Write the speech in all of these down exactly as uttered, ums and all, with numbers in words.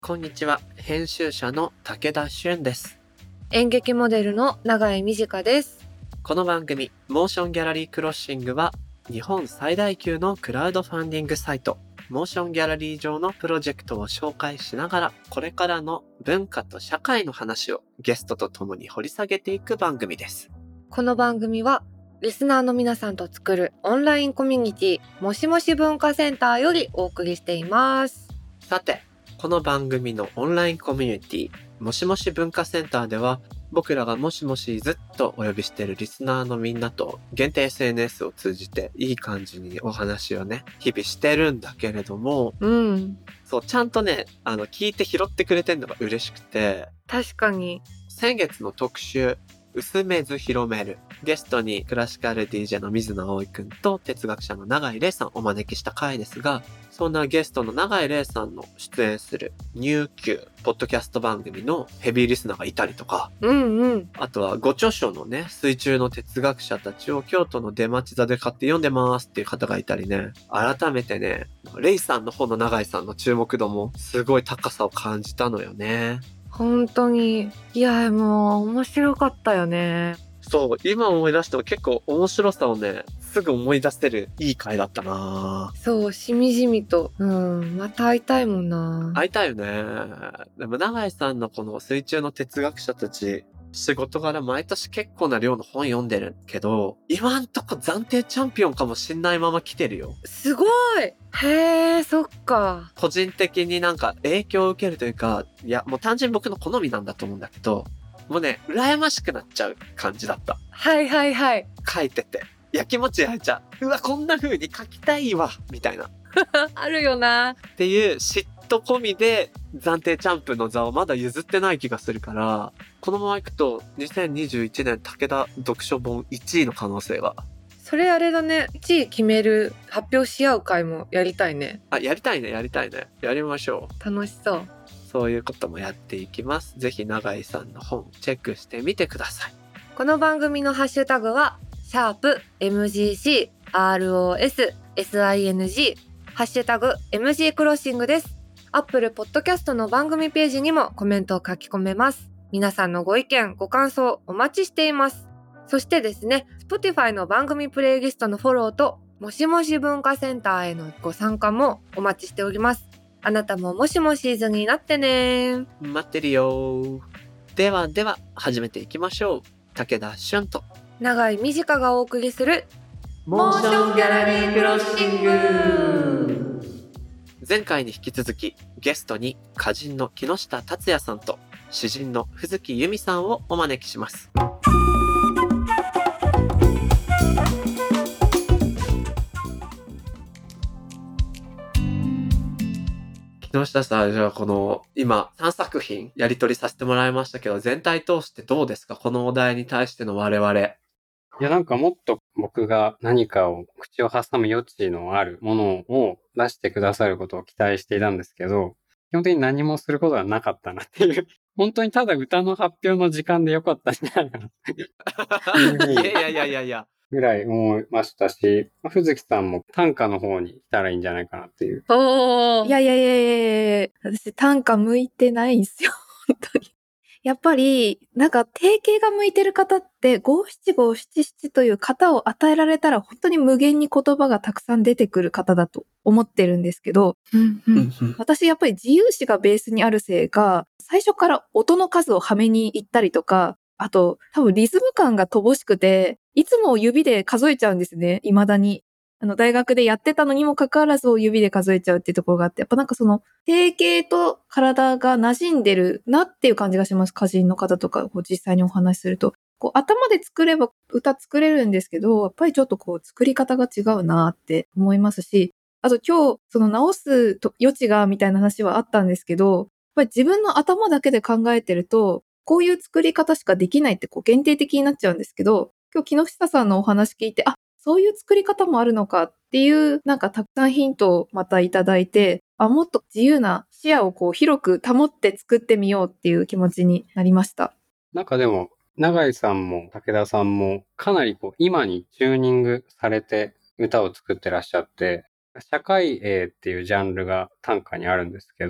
こんにちは、編集者の武田俊です。 演劇モデルの永井美智香です。 この番組、モーションギャラリークロッシングは、日本最大級のクラウドファンディングサイト、モーションギャラリー上のプロジェクトを紹介しながら、これからの文化と社会の話をゲストと共に掘り下げていく番組です。 この番組は、リスナーの皆さんと作るオンラインコミュニティ、もしもし文化センターよりお送りしています。 さて、この番組のオンラインコミュニティ、もしもし文化センターでは、僕らがもしもしずっとお呼びしているリスナーのみんなと限定 エスエヌエス を通じていい感じにお話をね、日々してるんだけれども、 うん。 そう、ちゃんとね、あの、聞いて拾ってくれてるのが嬉しくて、 確かに。 先月の特集、薄めず広める。ゲストにクラシカル ディージェー の水野葵くんと哲学者の永井玲さんをお招きした回ですが、そんなゲストの永井玲さんの出演するニューキューポッドキャスト番組のヘビーリスナーがいたりとか、 うんうん。 あとはご著書のね、水中の哲学者たちを京都の出町座で買って読んでますっていう方がいたりね、改めてね、レイさんの方の永井さんの注目度もすごい高さを感じたのよね。 本当に。いや、もう面白かったよね。 そう、今思い出しても結構面白さをね、すぐ思い出せるいい回だったな。 そう、しみじみと。うん、また会いたいもんな。 会いたいよね。でも永井さんのこの水中の哲学者たち、仕事柄毎年結構な量の本読んでるけど、今んとこ暫定チャンピオンかもしんないまま来てるよ。 すごい。へえ、そっか。 個人的になんか影響を受けるというか、いや、もう単純に僕の好みなんだと思うんだけど、もうね、羨ましくなっちゃう感じだった。 はいはいはい。 書いてて。いや、気持ち焼いちゃう。うわ、こんな風に書きたいわみたいな。っあるよな。 ていう嫉妬込みで暫定チャンプの座をまだ譲ってない気がするから、このままいくとにせんにじゅういちねん武田読書本いちいの可能性が。 それあれだね。いちい決める、発表し合う会もやりたいね。 あ、やりたいね、やりたいね。やりましょう。 楽しそう。 そういうこともやっていきます。ぜひ永井さんの本チェックしてみてください。 この番組のハッシュタグは、シャープ エムジーシー アールオーエス エスアイエヌジー ハッシュタグ エムジー クロッシングです。Apple Podcast の番組ページにもコメントを書き込めます。皆さんのご意見、ご感想お待ちしています。そしてですね、Spotify の番組プレイリストのフォローと、もしもし文化センターへのご参加もお待ちしております。あなたももしもシーズンになってね。 待ってるよ。ではでは始めていきましょう。武田俊と永井美智香がお送りするモーションギャラリークロッシング。前回に引き続きゲストに歌人の木下達也さんと詩人の藤木由美さんをお招きします。木下さん、じゃあこの今さんさく品やり取りさせてもらいましたけど、全体通してどうですか？このお題に対しての我々。 いや、なんかもっと僕が何かを口を挟む余地のあるものを出してくださることを期待していたんですけど、基本的に何もすることはなかったなっていう、本当にただ歌の発表の時間でよかったんじゃないかなっていう。 いやいやいやいや。 ぐらい思いましたし、藤木さんも短歌の方に来たらいいんじゃないかなっていう。 おー。 いやいやいやいやいや私短歌向いてないんですよ。本当に。やっぱり、なんか定型が向いてる方って五七五七七という型を与えられたら本当に無限に言葉がたくさん出てくる方だと思ってるんですけど、うんうん、私やっぱり自由詩がベースにあるせいか、最初から音の数をはめに行ったりとか、あと多分リズム感が乏しくて、いつも指で数えちゃうんですね、未だに。あの、大学でやってたのにもかかわらず指で数えちゃうっていうところがあって、やっぱなんかその、定型と体が馴染んでるなっていう感じがします。歌人の方とか、こう実際にお話しすると。こう、頭で作れば歌作れるんですけど、やっぱりちょっとこう、作り方が違うなって思いますし、あと今日、その直すと余地がみたいな話はあったんですけど、やっぱり自分の頭だけで考えてると、こういう作り方しかできないってこう限定的になっちゃうんですけど、今日木下さんのお話聞いて、あ、そういう作り方もあるのかっていう、なんかたくさんヒントをまたいただいて、あ、もっと自由な視野をこう広く保って作ってみようっていう気持ちになりました。 なんかでも、永井さんも武田さんもかなりこう今にチューニングされて歌を作ってらっしゃって、社会詠っていうジャンルが短歌にあるんですけど、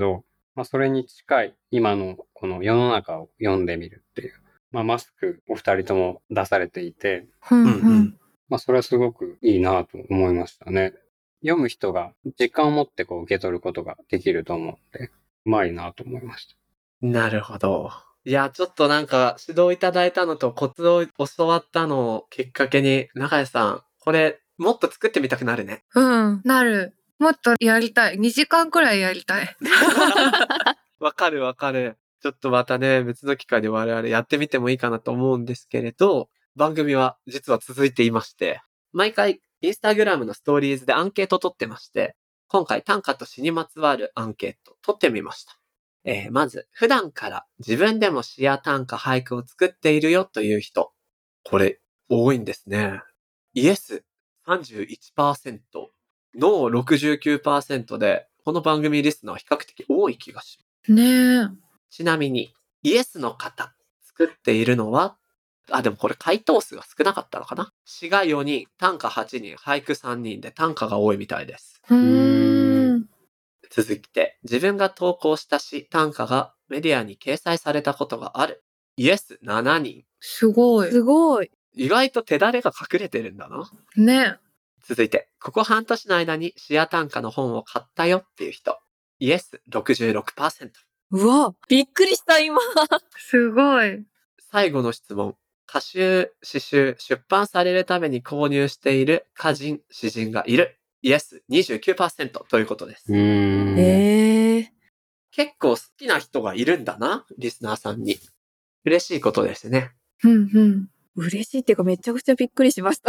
まあそれに近い今のこの世の中を読んでみるっていう。まあマスクお二人とも出されていて、 うんうんうん。 まあそれはすごくいいなと思いましたね。読む人が時間を持ってこう受け取ることができると思うんで、うまいなと思いました。 なるほど。いや、ちょっとなんか指導いただいたのとコツを教わったのをきっかけに、永井さん、これもっと作ってみたくなるね。 うん、なる。もっとやりたい。にじかんくらいやりたい。 わかるわかる。ちょっとまたね、別の機会で我々やってみてもいいかなと思うんですけれど、番組は実は続いていまして、毎回インスタグラムのストーリーズでアンケート取ってまして、今回短歌と詩にまつわるアンケート取ってみました。えー、まず、普段から自分でも詩や短歌、俳句を作っているよという人。これ、多いんですね。イエス さんじゅういちパーセント、ノー ろくじゅうきゅうパーセント で、この番組リスナーは比較的多い気がします。 ねえ。 ちなみに、イエスの方、作っているのは、あ、でもこれ回答数が少なかったのかな？詩がよにん、短歌はちにん、俳句さんにんで短歌が多いみたいです。 うーん。 続いて、自分が投稿した詩、短歌がメディアに掲載されたことがある。イエスしちにん。 すごい。 すごい。 意外と手だれが隠れてるんだな。 ね。 続いて、ここ半年の間に詩や短歌の本を買ったよっていう人。イエス ろくじゅうろくパーセント。 うわ、びっくりした今。 すごい。 最後の質問。歌集、詩集、出版されるために購入している歌人、詩人がいる。イエス にじゅうきゅうパーセント ということです。 うーん。 ええ結構好きな人がいるんだな、リスナーさんに。嬉しいことですね。 うんうん。 嬉しいっていうかめちゃくちゃびっくりしました。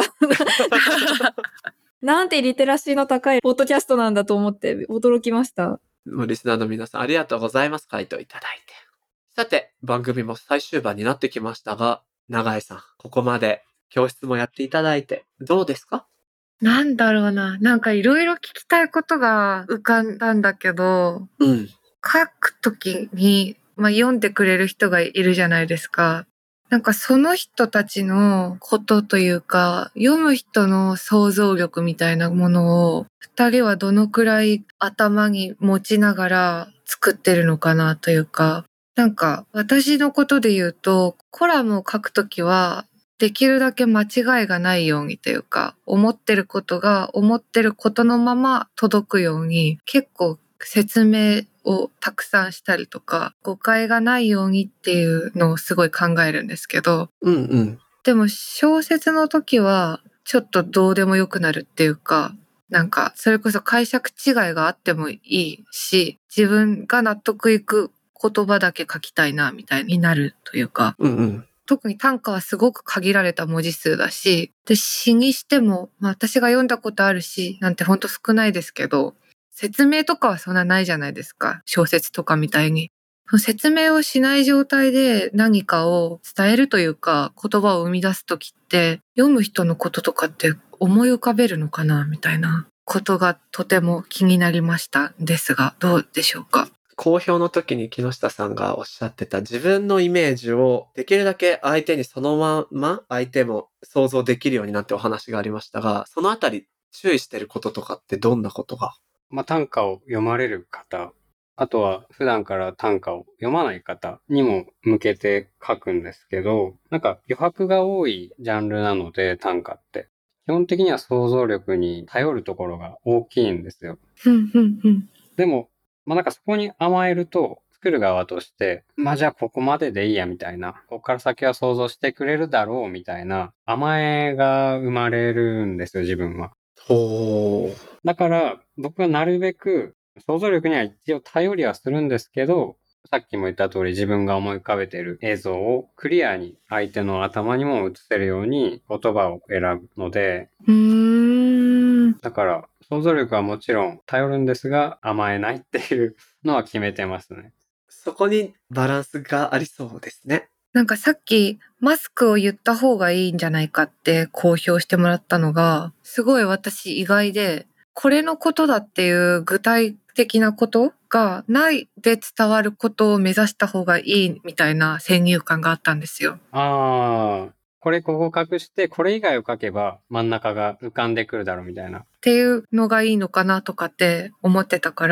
なんてリテラシーの高いポッドキャストなんだと思って驚きました。 もうリスナーの皆さんありがとうございます。回答いただいて。さて、番組も最終盤になってきましたが、永井さん、ここまで教室もやっていただいて、どうですか？ なんだろうな。なんかいろいろ聞きたいことが浮かんだんだけど、 うん。 書くときに、まあ、読んでくれる人がいるじゃないですか。なんかその人たちのことというか、読む人の想像力みたいなものを、二人はどのくらい頭に持ちながら作ってるのかなというか、なんか私のことで言うと、コラムを書くときは、できるだけ間違いがないようにというか、思ってることが思ってることのまま届くように、結構説明をたくさんしたりとか、誤解がないようにっていうのをすごい考えるんですけど、 うんうん。 でも小説の時はちょっとどうでもよくなるっていうか、なんかそれこそ解釈違いがあってもいいし、自分が納得いく言葉だけ書きたいなみたいになるというか、 うんうん。 特に短歌はすごく限られた文字数だし、で詩にしても、まあ、私が読んだことある詩なんてほんと少ないですけど、説明とかはそんなないじゃないですか。小説とかみたいに。説明をしない状態で何かを伝えるというか、言葉を生み出すときって、読む人のこととかって思い浮かべるのかなみたいなことがとても気になりましたですが、どうでしょうか。 好評の時に木下さんがおっしゃってた自分のイメージをできるだけ相手にそのまま相手も想像できるようになってお話がありましたが、そのあたり注意してることとかってどんなことが？ まあ短歌を読まれる方、あとは普段から短歌を読まない方にも向けて書くんですけど、なんか余白が多いジャンルなので短歌って。基本的には想像力に頼るところが大きいんですよ。 うんうんうん。 でも、まあなんかそこに甘えると、作る側として、まあじゃあここまででいいやみたいな、ここから先は想像してくれるだろうみたいな甘えが生まれるんですよ、自分は。 ほー。 だから僕はなるべく想像力には一応頼りはするんですけど、さっきも言った通り自分が思い浮かべている映像をクリアに相手の頭にも映せるように言葉を選ぶので、 うーん。 だから想像力はもちろん頼るんですが甘えないっていうのは決めてますね。 そこにバランスがありそうですね。 なんかさっきマスクを言った方がいいんじゃないかって公表してもらったのが、すごい私意外で、これのことだっていう具体的なことがないで伝わることを目指した方がいいみたいな先入観があったんですよ。 ああ、これここ隠してこれ以外を書けば真ん中が浮かんでくるだろうみたいな。 っていうのがいいのかなとかって思ってたから、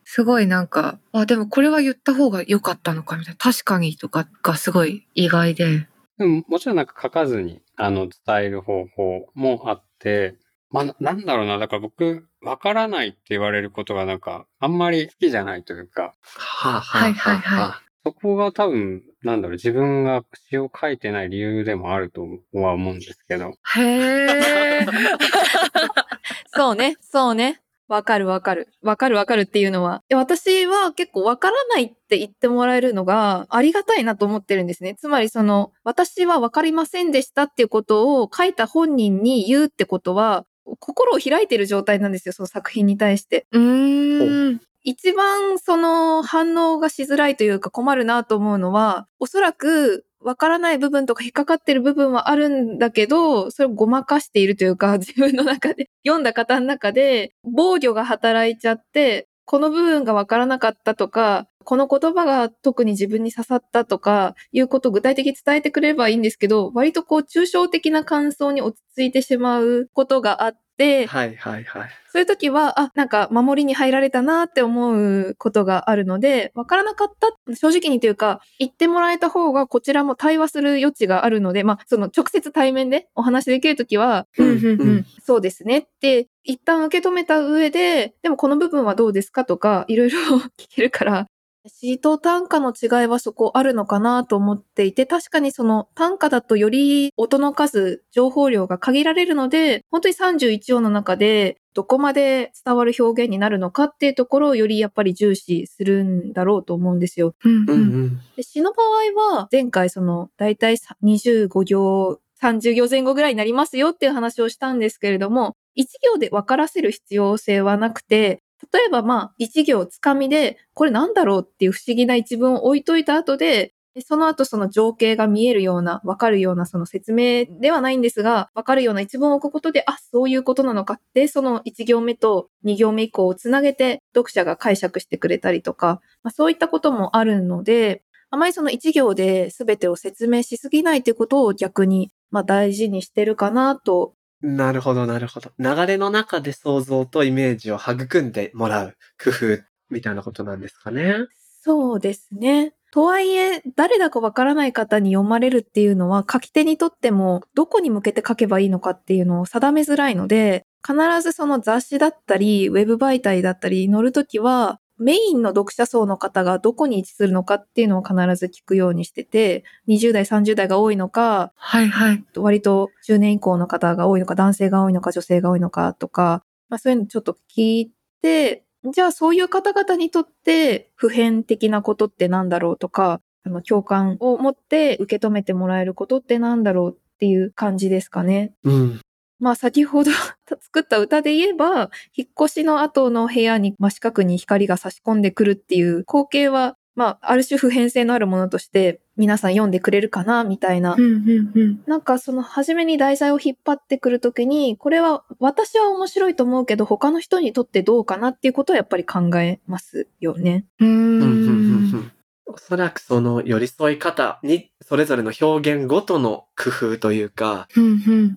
すごいなんか、あ、でもこれは言った方が良かったのかみたいな、確かにとかがすごい意外で。 でももちろんなんか書かずに、あの、伝える方法もあって、まあ、ななんだろうな。だから僕、わからないって言われることがなんか、あんまり好きじゃないというか、 はあ、ははいあははいはいあはあ。 そこが多分、なんだろう、自分が詩を書いてない理由でもあるとは思うんですけど。 へー。 そうね、そうね。わかるわかる。わかるわかるっていうのは。いや私は結構わからないって言ってもらえるのがありがたいなと思ってるんですね。つまりその、私はわかりませんでしたっていうことを書いた本人に言うってことは、心を開いてる状態なんですよ、その作品に対して。 うーん。 一番その反応がしづらいというか困るなと思うのは、おそらくわからない部分とか引っかかってる部分はあるんだけど、それをごまかしているというか、自分の中で、読んだ方の中で防御が働いちゃって、この部分がわからなかったとか、この言葉が特に自分に刺さったとか、いうことを具体的に伝えてくれればいいんですけど、割とこう抽象的な感想に落ち着いてしまうことがあって、 はいはいはい。 そういう時は、あ、なんか守りに入られたなって思うことがあるので、わからなかった、正直にというか、言ってもらえた方がこちらも対話する余地があるので、まあ、その直接対面でお話できる時は、 うんうんうんうん。 そうですねって一旦受け止めた上で、でもこの部分はどうですかとか、いろいろ聞けるから、詩と短歌の違いはそこあるのかなと思っていて、確かにその短歌だとより音の数、情報量が限られるので、本当にさんじゅういちおんの中でどこまで伝わる表現になるのかっていうところをよりやっぱり重視するんだろうと思うんですよ。 うんうん。 うんうん。 で詩の場合は前回そのだいたいにじゅうご行、さんじゅう行前後ぐらいになりますよっていう話をしたんですけれども、一行で分からせる必要性はなくて、例えばまあ一行つかみでこれなんだろうっていう不思議な一文を置いといた後で、でその後その情景が見えるような、分かるようなその説明ではないんですが、分かるような一文を置くことで、あ、そういうことなのかって、その一行目と二行目以降をつなげて読者が解釈してくれたりとか、まあ、そういったこともあるので、あまりその一行で全てを説明しすぎないということを逆にまあ大事にしてるかなと。 なるほどなるほど。流れの中で想像とイメージを育んでもらう工夫みたいなことなんですかね。 そうですね。とはいえ、誰だかわからない方に読まれるっていうのは、書き手にとってもどこに向けて書けばいいのかっていうのを定めづらいので、必ずその雑誌だったり、ウェブ媒体だったり載るときは、メインの読者層の方がどこに位置するのかっていうのを必ず聞くようにしてて、にじゅう代、さんじゅう代が多いのか、 はいはい。 割とじゅうねん以降の方が多いのか、男性が多いのか、女性が多いのかとか、まあそういうのちょっと聞いて、じゃあそういう方々にとって普遍的なことってなんだろうとか、あの共感を持って受け止めてもらえることってなんだろうっていう感じですかね。 うん。 まあ先ほど作った歌で言えば、引っ越しの後の部屋に真四角に光が差し込んでくるっていう光景は、まあある種普遍性のあるものとして皆さん読んでくれるかなみたいな。 うんうんうん。 なんかその初めに題材を引っ張ってくるときに、これは私は面白いと思うけど他の人にとってどうかなっていうことをやっぱり考えますよね。 うーうんうんうんん。 うん。おそらくその寄り添い方にそれぞれの表現ごとの工夫というか、 うんうん。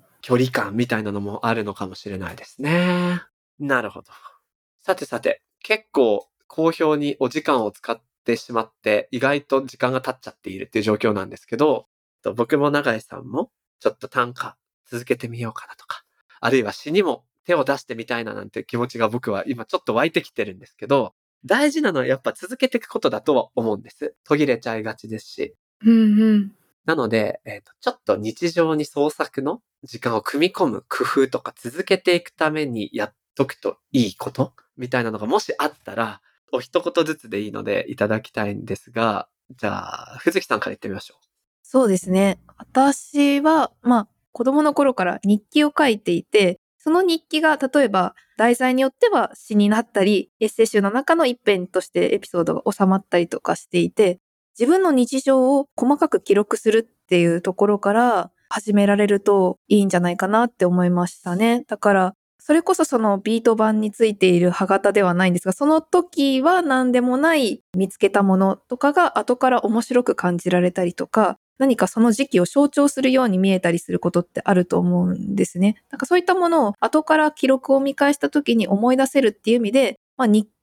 距離感みたいなのもあるのかもしれないですね。なるほど。さてさて、結構好評にお時間を使ってしまって、意外と時間が経っちゃっているっていう状況なんですけど、僕も永井さんもちょっと短歌続けてみようかなとか、あるいは詩にも手を出してみたいななんて気持ちが僕は今ちょっと湧いてきてるんですけど、大事なのはやっぱ続けていくことだとは思うんです。途切れちゃいがちですし。 うんうん。 なので、えっと、ちょっと日常に創作の時間を組み込む工夫とか続けていくためにやっとくといいことみたいなのがもしあったら、お一言ずつでいいのでいただきたいんですが、じゃあ、藤木さんから言ってみましょそうですね。私は、まあ、子供の頃から日記を書いていて、その日記が例えば題材によっては詩になったり、エッセイ集の中の一編としてエピソードが収まったりとかしていて、自分の日常を細かく記録するっていうところから始められるといいんじゃないかなって思いましたね。だから、それこそそのビート板についている歯型ではないんですが、その時は何でもない見つけたものとかが後から面白く感じられたりとか、何かその時期を象徴するように見えたりすることってあると思うんですね。なんかそういったものを後から記録を見返した時に思い出せるっていう意味で、まあ、日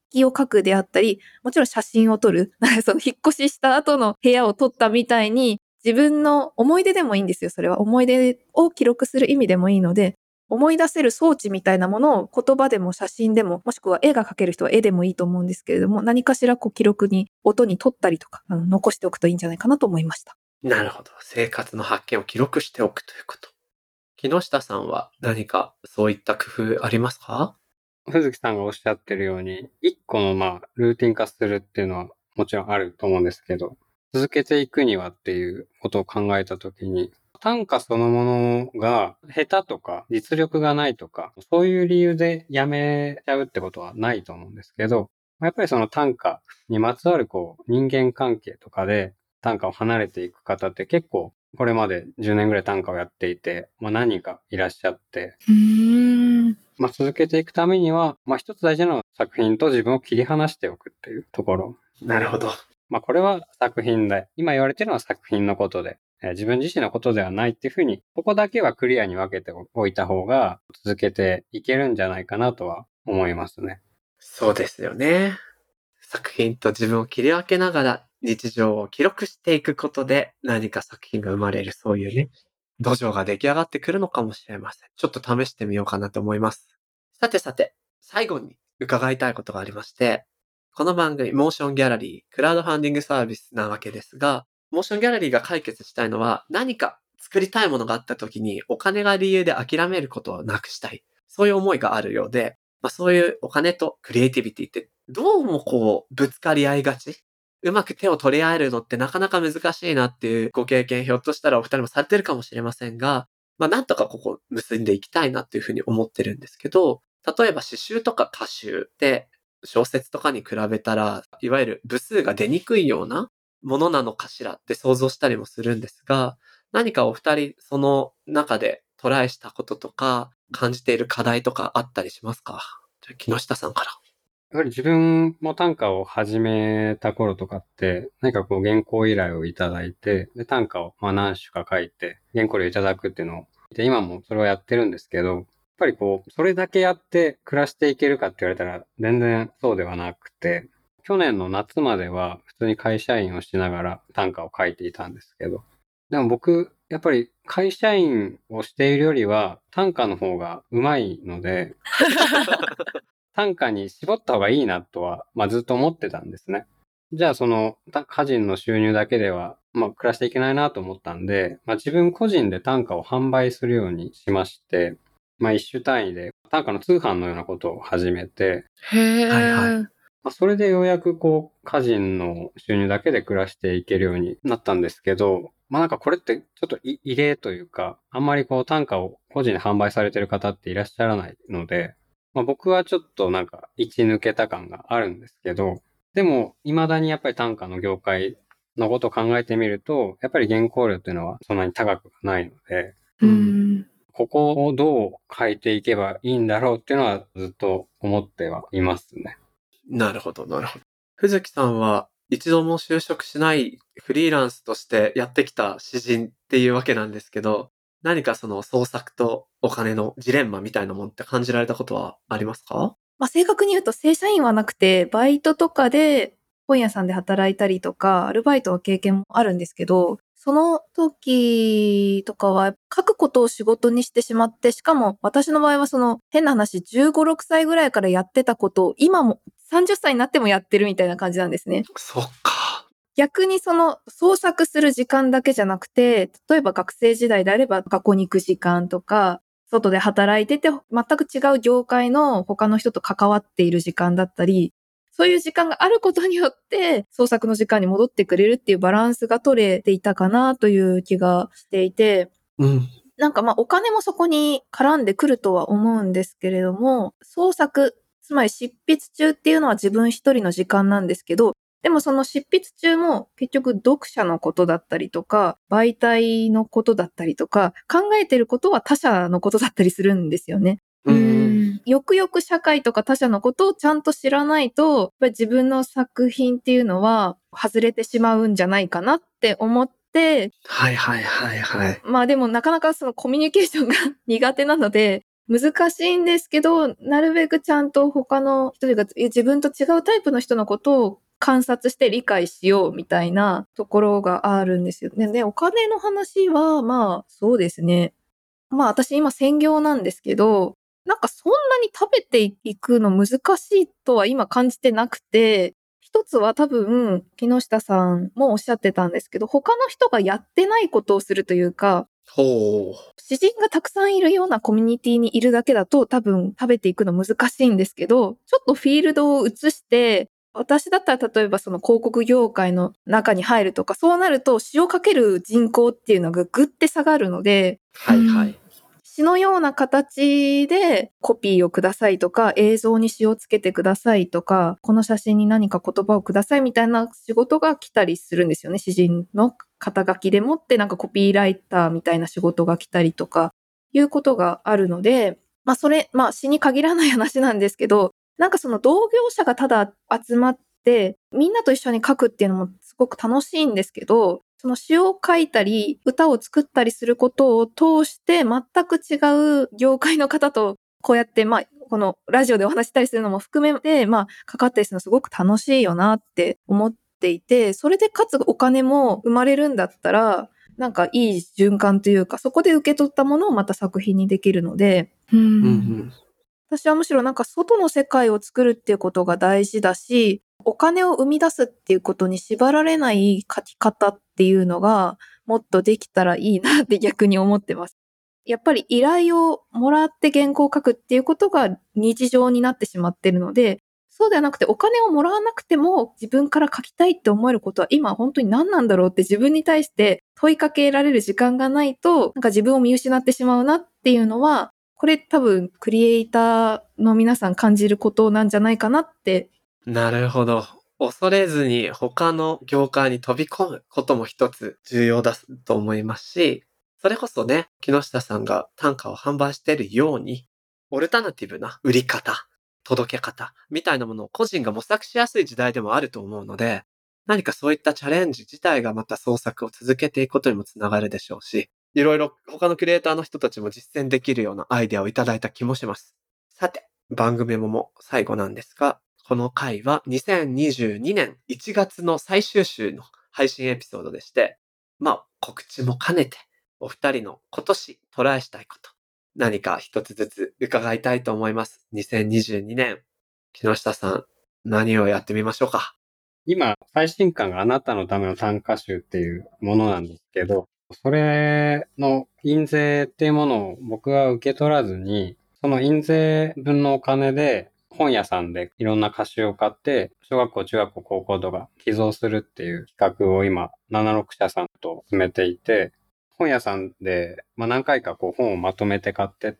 記を書くであったり、もちろん写真を撮る。その引っ越しした後の部屋を撮ったみたいに、自分の思い出でもいいんですよ。それは思い出を記録する意味でもいいので、思い出せる装置みたいなものを言葉でも写真でも、もしくは絵が描ける人は絵でもいいと思うんですけれども、何かしらこう記録に、音に撮ったりとか、あの残しておくといいんじゃないかなと思いました。 なるほど。生活の発見を記録しておくということ。木下さんは何かそういった工夫ありますか？ 藤木さんがおっしゃってるように、一個のまあ、ルーティン化するっていうのはもちろんあると思うんですけど、続けていくにはっていうことを考えたときに、短歌そのものが下手とか実力がないとか、そういう理由でやめちゃうってことはないと思うんですけど、やっぱりその短歌にまつわるこう人間関係とかで短歌を離れていく方って結構これまでじゅうねんぐらい短歌をやっていて、まあ何人かいらっしゃって、 うーんまあ続けていくためには、まあ一つ大事なのは作品と自分を切り離しておくっていうところ。 なるほど。 まあこれは作品で、今言われてるのは作品のことで、えー自分自身のことではないっていうふうに、ここだけはクリアに分けておいた方が続けていけるんじゃないかなとは思いますね。 そうですよね。作品と自分を切り分けながら日常を記録していくことで何か作品が生まれる、そういうね、土壌が出来上がってくるのかもしれません。ちょっと試してみようかなと思います。さてさて、最後に伺いたいことがありまして、この番組、モーションギャラリー、クラウドファンディングサービスなわけですが、モーションギャラリーが解決したいのは何か作りたいものがあった時にお金が理由で諦めることをなくしたい。そういう思いがあるようで、まあそういうお金とクリエイティビティってどうもこうぶつかり合いがち。うまく手を取り合えるのってなかなか難しいなっていうご経験ひょっとしたらお二人もされてるかもしれませんが、まあなんとかここ結んでいきたいなっていうふうに思ってるんですけど、例えば詩集とか歌集って小説とかに比べたら、いわゆる部数が出にくいようなものなのかしらって想像したりもするんですが、何かお二人その中でトライしたこととか感じている課題とかあったりしますか？じゃあ木下さんから。 やはり自分も短歌を始めた頃とかって、何かこう原稿依頼をいただいて、で短歌をまあ何首か書いて、原稿料いただくっていうのを、で今もそれをやってるんですけど、やっぱりこう、それだけやって暮らしていけるかって言われたら、全然そうではなくて、去年の夏までは普通に会社員をしながら短歌を書いていたんですけど、でも僕、やっぱり会社員をしているよりは短歌の方が上手いので、短歌に絞った方がいいなとは、まあずっと思ってたんですね。じゃあその、た個人の収入だけでは、まあ暮らしていけないなと思ったんで、まあ自分個人で短歌を販売するようにしまして、まあ一種単位で短歌の通販のようなことを始めて、 へー。 はいはいまあそれでようやくこう、個人の収入だけで暮らしていけるようになったんですけど、まあなんかこれってちょっとい異例というか、あんまりこう短歌を個人で販売されてる方っていらっしゃらないので、まあ僕はちょっとなんか位置抜けた感があるんですけど、でも未だにやっぱり短歌の業界のことを考えてみると、やっぱり原稿料っていうのはそんなに高くないので、 うーんここをどう変えていけばいいんだろうっていうのはずっと思ってはいますね。 なるほど、なるほど。藤木さんは一度も就職しないフリーランスとしてやってきた詩人っていうわけなんですけど、何かその創作とお金のジレンマみたいなもんって感じられたことはありますか？ まあ、正確に言うと正社員はなくて、バイトとかで本屋さんで働いたりとか、アルバイトの経験もあるんですけど、その時とかは書くことを仕事にしてしまって、しかも私の場合はその変な話じゅうご、ろくさいぐらいからやってたことを今もさんじゅっさいになってもやってるみたいな感じなんですね。 そっか。 逆にその創作する時間だけじゃなくて、例えば学生時代であれば学校に行く時間とか、外で働いてて全く違う業界の他の人と関わっている時間だったり、そういう時間があることによって創作の時間に戻ってくれるっていうバランスが取れていたかなという気がしていて、 うん。 なんかまあお金もそこに絡んでくるとは思うんですけれども、創作、つまり執筆中っていうのは自分一人の時間なんですけど、でもその執筆中も結局読者のことだったりとか、媒体のことだったりとか、考えてることは他者のことだったりするんですよね。 うん。 よくよく社会とか他者のことをちゃんと知らないと、やっぱり自分の作品っていうのは外れてしまうんじゃないかなって思って、 はいはいはいはい。 まあでもなかなかそのコミュニケーションが苦手なので、 難しいんですけど、なるべくちゃんと他の人というか、自分と違うタイプの人のことを観察して理解しようみたいなところがあるんですよね。で、お金の話は、まあ、そうですね。まあ、私今専業なんですけど、なんかそんなに食べていくの難しいとは今感じてなくて、一つは多分、木下さんもおっしゃってたんですけど、他の人がやってないことをするというか、 ほう。 詩人がたくさんいるようなコミュニティにいるだけだと多分食べていくの難しいんですけど、ちょっとフィールドを移して、私だったら例えばその広告業界の中に入るとか、そうなると詩をかける人口っていうのがぐって下がるので、 はいはい。 詩のような形でコピーをくださいとか、映像に詩をつけてくださいとか、この写真に何か言葉をくださいみたいな仕事が来たりするんですよね。詩人の肩書きでもってなんかコピーライターみたいな仕事が来たりとか、いうことがあるので、まあそれ、まあ詩に限らない話なんですけど、なんかその同業者がただ集まって、みんなと一緒に書くっていうのもすごく楽しいんですけど、その詩を書いたり、歌を作ったりすることを通して、全く違う業界の方と、こうやって、まあ、このラジオでお話したりするのも含めて、まあ、かかったりするのすごく楽しいよなって思っていて、それでかつお金も生まれるんだったら、なんかいい循環というか、そこで受け取ったものをまた作品にできるので、うんうんうん。 私はむしろなんか外の世界を作るっていうことが大事だし、お金を生み出すっていうことに縛られない書き方っていうのがもっとできたらいいなって逆に思ってます。やっぱり依頼をもらって原稿を書くっていうことが日常になってしまってるので、そうではなくてお金をもらわなくても自分から書きたいって思えることは今本当に何なんだろうって自分に対して問いかけられる時間がないと、なんか自分を見失ってしまうなっていうのは、これ多分クリエイターの皆さん感じることなんじゃないかなって。 なるほど。恐れずに他の業界に飛び込むことも一つ重要だと思いますし、それこそね、木下さんが単価を販売しているように、オルタナティブな売り方、届け方みたいなものを個人が模索しやすい時代でもあると思うので、何かそういったチャレンジ自体がまた創作を続けていくことにもつながるでしょうし、いろいろ他のクリエイターの人たちも実践できるようなアイデアをいただいた気もします。さて、番組ももう最後なんですが、この回はにせんにじゅうにねんいちがつの最終週の配信エピソードでして、まあ告知も兼ねてお二人の今年トライしたいこと、何か一つずつ伺いたいと思います。にせんにじゅうにねん、木下さん、何をやってみましょうか。 今、最新刊があなたのための短歌集っていうものなんですけど、それの印税っていうものを僕は受け取らずに、その印税分のお金で本屋さんでいろんな歌集を買って、小学校、中学校、高校とか寄贈するっていう企画を今、ななじゅうろく社さんと進めていて、本屋さんで、まあ、何回かこう本をまとめて買ってって、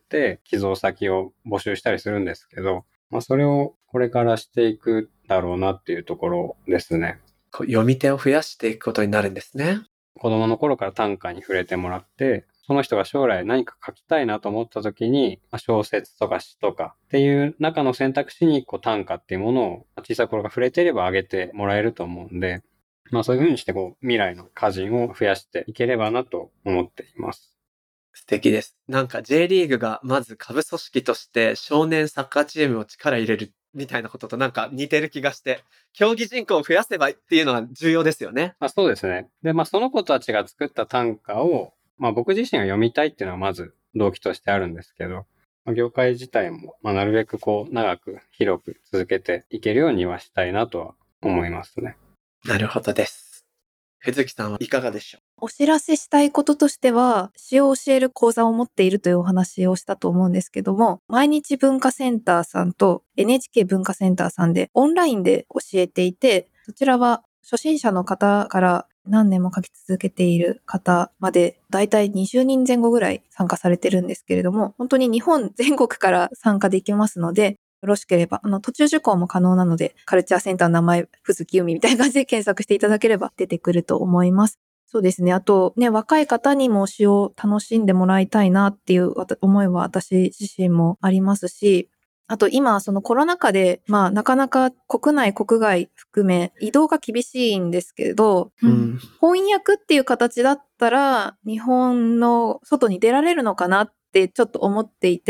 寄贈先を募集したりするんですけど、まあ、それをこれからしていくだろうなっていうところですね。 こう読み手を増やしていくことになるんですね。 子供の頃から短歌に触れてもらって、その人が将来何か書きたいなと思った時に、まあ、小説とか詩とかっていう中の選択肢にこう短歌っていうものを小さい頃から触れていれば上げてもらえると思うんで、まあそういうふうにしてこう未来の歌人を増やしていければなと思っています。 素敵です。なんか J リーグがまず下部組織として少年サッカーチームを力入れるみたいなこととなんか似てる気がして、競技人口を増やせばっていうのは重要ですよね。 まあそうですね。で、まあその子たちが作った短歌を、まあ僕自身が読みたいっていうのはまず動機としてあるんですけど、まあ、業界自体も、まあ、なるべくこう長く広く続けていけるようにはしたいなとは思いますね。 なるほどです。藤木さんはいかがでしょう？ お知らせしたいこととしては、詩を教える講座を持っているというお話をしたと思うんですけども、毎日文化センターさんと エヌエイチケー 文化センターさんでオンラインで教えていて、そちらは初心者の方から何年も書き続けている方まで、だいたいにじゅうにんぜん後ぐらい参加されてるんですけれども、本当に日本全国から参加できますので、よろしければ、あの、途中受講も可能なので、カルチャーセンターの名前、藤木由美みたいな感じで検索していただければ出てくると思います。そうですね。あとね、若い方にも詩を楽しんでもらいたいなっていう思いは私自身もありますし、あと今そのコロナ禍で、まあなかなか国内国外含め移動が厳しいんですけど、 うん、 翻訳っていう形だったら日本の外に出られるのかなってちょっと思っていて、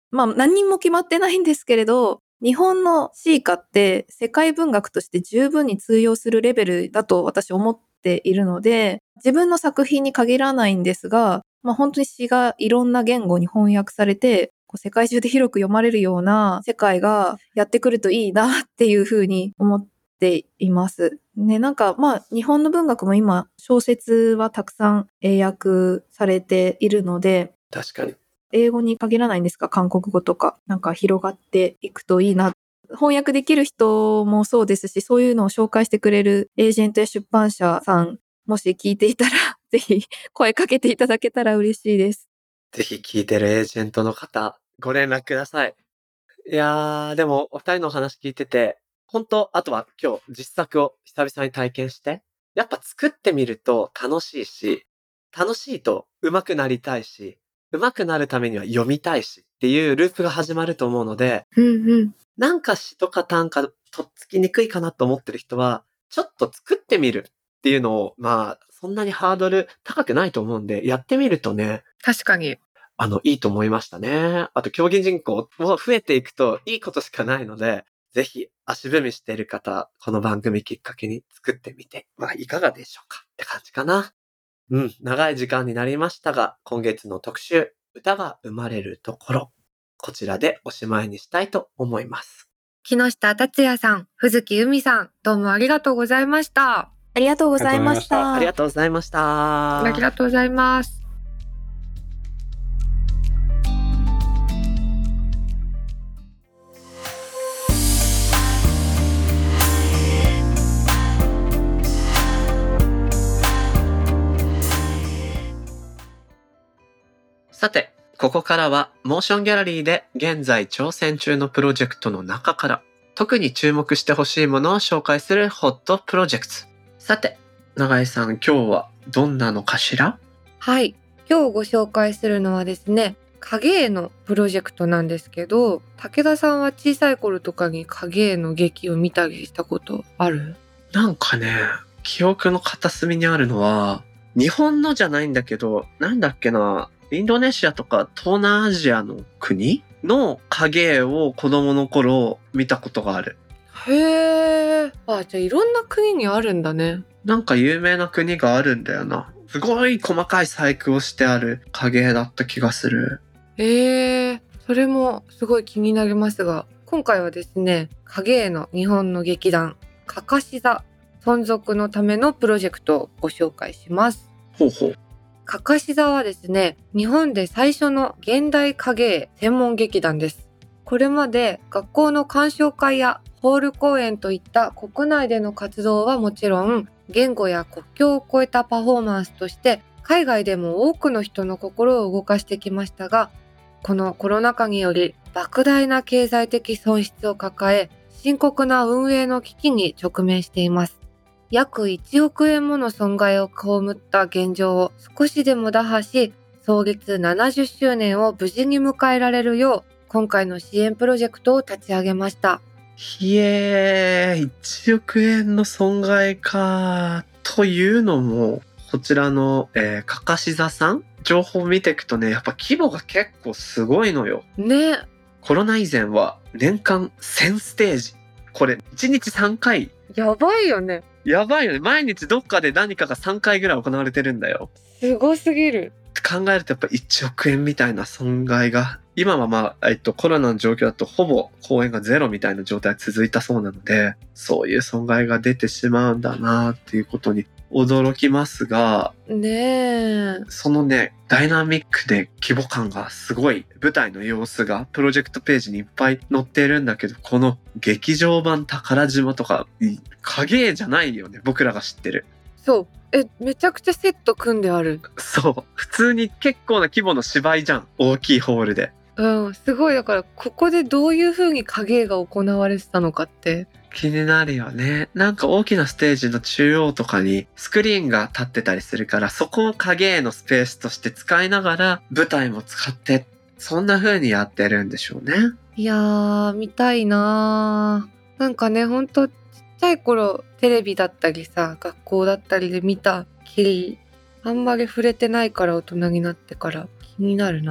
まあ何にも決まってないんですけれど、日本の詩歌って世界文学として十分に通用するレベルだと私思っているので、自分の作品に限らないんですが、まあ本当に詩がいろんな言語に翻訳されて、こう世界中で広く読まれるような世界がやってくるといいなっていうふうに思っています。ね、なんかまあ日本の文学も今小説はたくさん英訳されているので、 確かに。 英語に限らないんですが、韓国語とかなんか広がっていくといいな。翻訳できる人もそうですし、そういうのを紹介してくれるエージェントや出版社さん、もし聞いていたら、ぜひ声かけていただけたら嬉しいです。 ぜひ聞いてるエージェントの方、ご連絡ください。いやー、でもお二人のお話聞いてて、本当あとは今日実作を久々に体験して、やっぱ作ってみると楽しいし、楽しいと上手くなりたいし、上手くなるためには読みたいしっていうループが始まると思うので、 うんうん。 なんか詩とか短歌とっつきにくいかなと思ってる人は、ちょっと作ってみるっていうのを、まあ、そんなにハードル高くないと思うんで、やってみるとね、 確かに。 あの、いいと思いましたね。あと、競技人口も増えていくといいことしかないので、ぜひ足踏みしている方、この番組きっかけに作ってみて、まあ、いかがでしょうかって感じかな。うん、長い時間になりましたが、今月の特集、歌が生まれるところ、こちらでおしまいにしたいと思います。 木下達也さん、藤木由美さん、どうもありがとうございました。 ありがとうございました。 ありがとうございました。 ありがとうございます。 さて、ここからはモーションギャラリーで現在挑戦中のプロジェクトの中から特に注目してほしいものを紹介するホットプロジェクト。さて、永井さん、今日はどんなのかしら？ はい、今日ご紹介するのはですね、影絵のプロジェクトなんですけど、武田さんは小さい頃とかに影絵の劇を見たりしたことある？ なんかね、記憶の片隅にあるのは、日本のじゃないんだけど、なんだっけな、インドネシアとか東南アジアの国の影絵を子供の頃見たことがある。 へー。あ、じゃあいろんな国にあるんだね。 なんか有名な国があるんだよな。すごい細かい細工をしてある影絵だった気がする。 えー、それもすごい気になりますが、今回はですね、影絵の日本の劇団かかし座存続のためのプロジェクトをご紹介します。 ほうほう。 かかし座はですね、日本で最初の現代影絵専門劇団です。これまで学校の鑑賞会やホール公演といった国内での活動はもちろん、言語や国境を越えたパフォーマンスとして海外でも多くの人の心を動かしてきましたが、このコロナ禍により莫大な経済的損失を抱え、深刻な運営の危機に直面しています。約いちおくえんもの損害を被った現状を少しでも打破し、創立ななじゅっしゅうねんを無事に迎えられるよう、今回の支援プロジェクトを立ち上げました。 ひえー、いちおくえんの損害か。というのも、こちらの、えー、かかし座さん情報を見ていくとね、やっぱ規模が結構すごいのよ。 ね。 コロナ以前は年間せんステージ。これいちにちさんかい。 やばいよね。 やばいよね。毎日どっかで何かがさんかいぐらい行われてるんだよ。 すごすぎる。 考えるとやっぱいちおくえんみたいな損害が、今はまあ、えっと、コロナの状況だとほぼ公演がゼロみたいな状態が続いたそうなので、そういう損害が出てしまうんだなっていうことに驚きますが、 ねえ。 そのね、ダイナミックで規模感がすごい舞台の様子がプロジェクトページにいっぱい載っているんだけど、この劇場版宝島とか、影絵じゃないよね、僕らが知ってる。 そう。え、めちゃくちゃセット組んである。 そう。普通に結構な規模の芝居じゃん。大きいホールで。 うん、すごい。だからここでどういう風に影絵が行われてたのかって気になるよね。なんか大きなステージの中央とかにスクリーンが立ってたりするから、そこを影絵のスペースとして使いながら舞台も使って、そんな風にやってるんでしょうね。 いやー、見たいなー。なんかね、ほんとちっちゃい頃テレビだったりさ、学校だったりで見たきり、あんまり触れてないから大人になってから気になるな。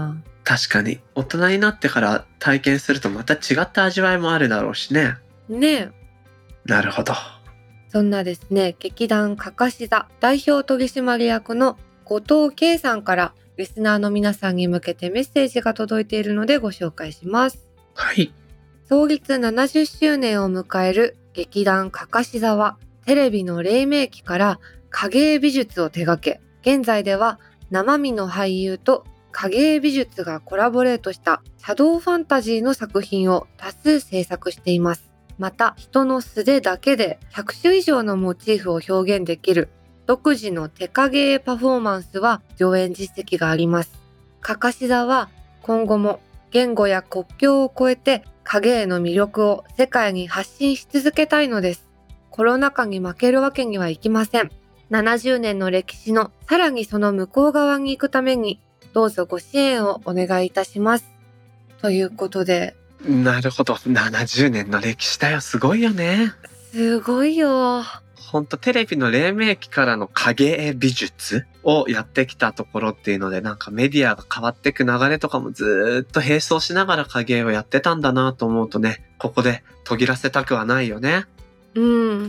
確かに大人になってから体験するとまた違った味わいもあるだろうしね。 ねえ。 なるほど。 そんなですね、劇団かかし座代表取締役の後藤圭さんからリスナーの皆さんに向けてメッセージが届いているのでご紹介します。 はい。 創立ななじゅっしゅうねんを迎える劇団かかし座は、テレビの黎明期から影絵美術を手掛け、現在では生身の俳優と影絵美術がコラボレートしたシャドーファンタジーの作品を多数制作しています。また、人の素手だけでひゃくしゅ以上のモチーフを表現できる独自の手影絵パフォーマンスは上演実績があります。かかし座は今後も言語や国境を超えて影絵の魅力を世界に発信し続けたいのです。コロナ禍に負けるわけにはいきません。ななじゅうねんの歴史のさらにその向こう側に行くために、どうぞご支援をお願いいたします。ということで。 なるほど。ななじゅうねんの歴史だよ。すごいよね。 すごいよ。 ほんとテレビの黎明期からの影絵美術をやってきたところっていうので、なんかメディアが変わっていく流れとかもずーっと並走しながら影絵をやってたんだなと思うとね、ここで途切らせたくはないよね。 うん、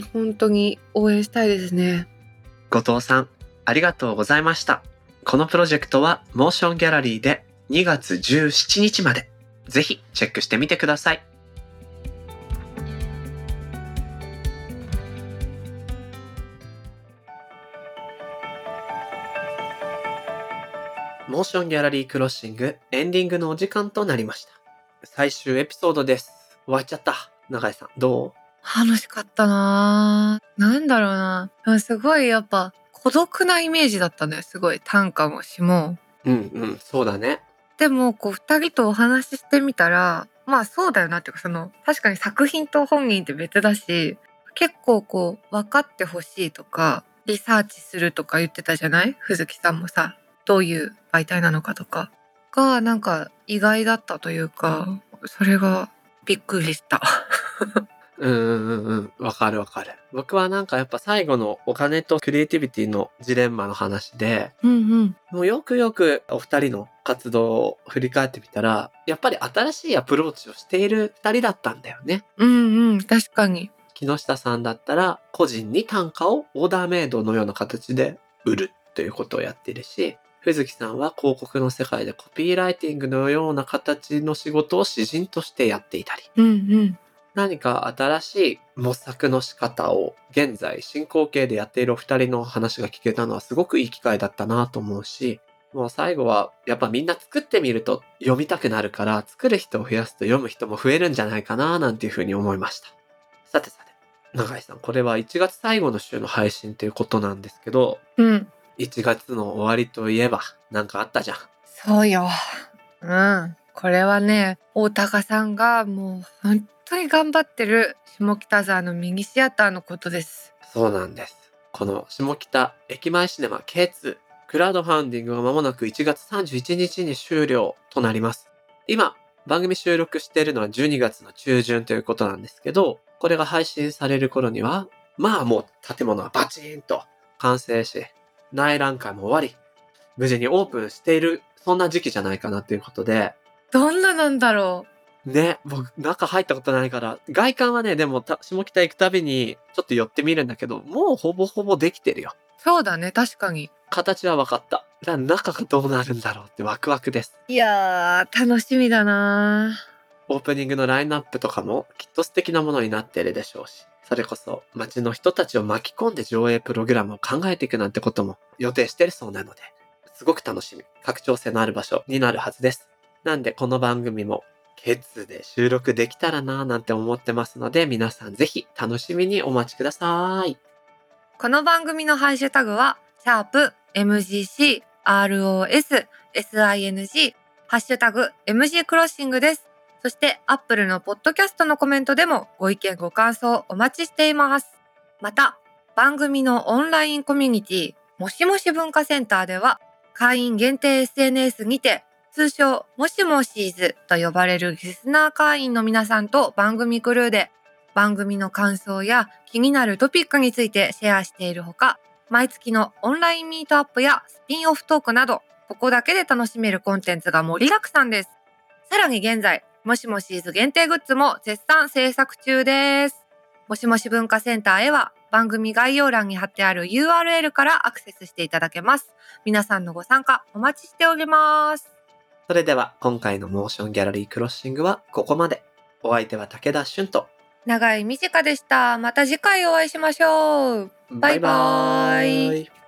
本当に応援したいですね。 後藤さん、ありがとうございました。このプロジェクトはモーションギャラリーでにがつじゅうしちにちまで、ぜひチェックしてみてください。モーションギャラリークロッシングエンディングのお時間となりました。最終エピソードです。終わっちゃった。永井さん、どう？ 楽しかったなぁ。なんだろうな。すごいやっぱ孤独なイメージだったね。すごい短歌も詩も。 うんうん、そうだね。 でもこう二人とお話ししてみたら、まあそうだよなっていうか、その確かに作品と本人って別だし、結構こう分かってほしいとかリサーチするとか言ってたじゃない？藤木さんもさ、どういう媒体なのかとかがなんか意外だったというか、それがびっくりした。 うんうんうんうん。わかるわかる。僕はなんかやっぱ最後のお金とクリエイティビティのジレンマの話で、 うんうん。 もうよくよくお二人の活動を振り返ってみたら、やっぱり新しいアプローチをしている二人だったんだよね。 うんうん、確かに。 木下さんだったら個人に単価をオーダーメイドのような形で売るということをやっているし、藤木さんは広告の世界でコピーライティングのような形の仕事を詩人としてやっていたり、 うんうん。 何か新しい模索の仕方を現在進行形でやっているお二人の話が聞けたのはすごくいい機会だったなと思うし、もう最後はやっぱみんな作ってみると読みたくなるから、作る人を増やすと読む人も増えるんじゃないかななんていうふうに思いました。さてさて、永井さん、これはいちがつ最後の週の配信ということなんですけど、 うん。 いちがつの終わりといえばなんかあったじゃん。 そうよ。うん。これはね、大高さんがもう本当に頑張ってる下北沢のミニシアターのことです。 そうなんです。この下北駅前シネマ ケーツー、クラウドファウンディングが間もなくいちがつさんじゅういちにちに終了となります。今、番組収録しているのはじゅうにがつの中旬ということなんですけど、これが配信される頃には、まあもう建物はバチーンと完成し、内覧会も終わり、無事にオープンしている、そんな時期じゃないかなということで、 どんななんだろうね、僕中入ったことないから、外観はね、でも下北行くたびにちょっと寄ってみるんだけど、もうほぼほぼできてるよ。 そうだね、確かに。 形は分かった。だから中がどうなるんだろうってワクワクです。 いやー、楽しみだな。 オープニングのラインナップとかもきっと素敵なものになってるでしょうし、それこそ街の人たちを巻き込んで上映プログラムを考えていくなんてことも予定してるそうなので、すごく楽しみ、拡張性のある場所になるはずです。なんでこの番組もケツで収録できたらなーなんて思ってますので、皆さんぜひ楽しみにお待ちください。 この番組のハッシュタグはシャープ エムジーシー アールオーエス エスアイエヌジー ハッシュタグ エムジー クロッシングです。そしてアップルのポッドキャストのコメントでもご意見ご感想お待ちしています。また番組のオンラインコミュニティもしもし文化センターでは会員限定 エスエヌエス にて通称もしもしーずと呼ばれるリスナー会員の皆さんと番組クルーで番組の感想や気になるトピックについてシェアしているほか、毎月のオンラインミートアップやスピンオフトークなどここだけで楽しめるコンテンツが盛りだくさんです。さらに現在、もしもしーず限定グッズも絶賛制作中です。もしもし文化センターへは番組概要欄に貼ってある ユーアールエル からアクセスしていただけます。皆さんのご参加お待ちしております。 それでは今回のモーションギャラリークロッシングはここまで。お相手は武田俊と長井美智香でした。また次回お会いしましょう。バイバーイ。